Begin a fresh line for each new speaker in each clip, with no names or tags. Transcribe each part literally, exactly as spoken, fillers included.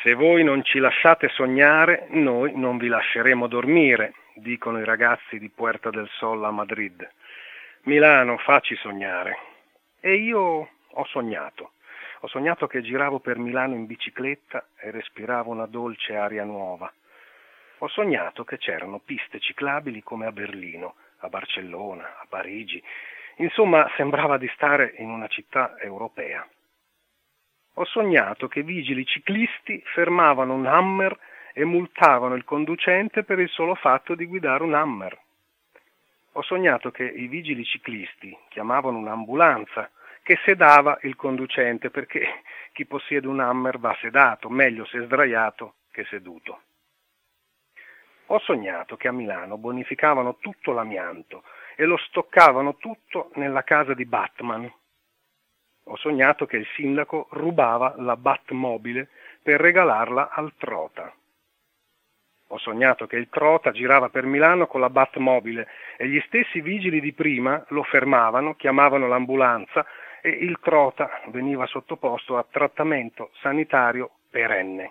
Se voi non ci lasciate sognare, noi non vi lasceremo dormire, dicono i ragazzi di Puerta del Sol a Madrid. Milano, facci sognare. E io ho sognato. Ho sognato che giravo per Milano in bicicletta e respiravo una dolce aria nuova. Ho sognato che c'erano piste ciclabili come a Berlino, a Barcellona, a Parigi. Insomma, sembrava di stare in una città europea. Ho sognato che vigili ciclisti fermavano un Hummer e multavano il conducente per il solo fatto di guidare un Hummer. Ho sognato che i vigili ciclisti chiamavano un'ambulanza che sedava il conducente, perché chi possiede un Hummer va sedato, meglio se sdraiato che seduto. Ho sognato che a Milano bonificavano tutto l'amianto e lo stoccavano tutto nella casa di Batman. Ho sognato che il sindaco rubava la Batmobile per regalarla al Trota. Ho sognato che il Trota girava per Milano con la Batmobile e gli stessi vigili di prima lo fermavano, chiamavano l'ambulanza e il Trota veniva sottoposto a trattamento sanitario perenne.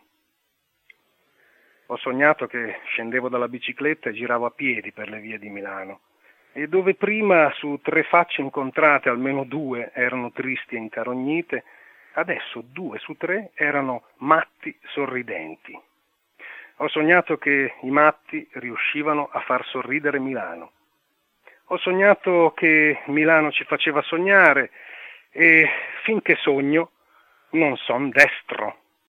Ho sognato che scendevo dalla bicicletta e giravo a piedi per le vie di Milano. E dove prima su tre facce incontrate almeno due erano tristi e incarognite, adesso due su tre erano matti sorridenti. Ho sognato che i matti riuscivano a far sorridere Milano. Ho sognato che Milano ci faceva sognare e finché sogno non son destro.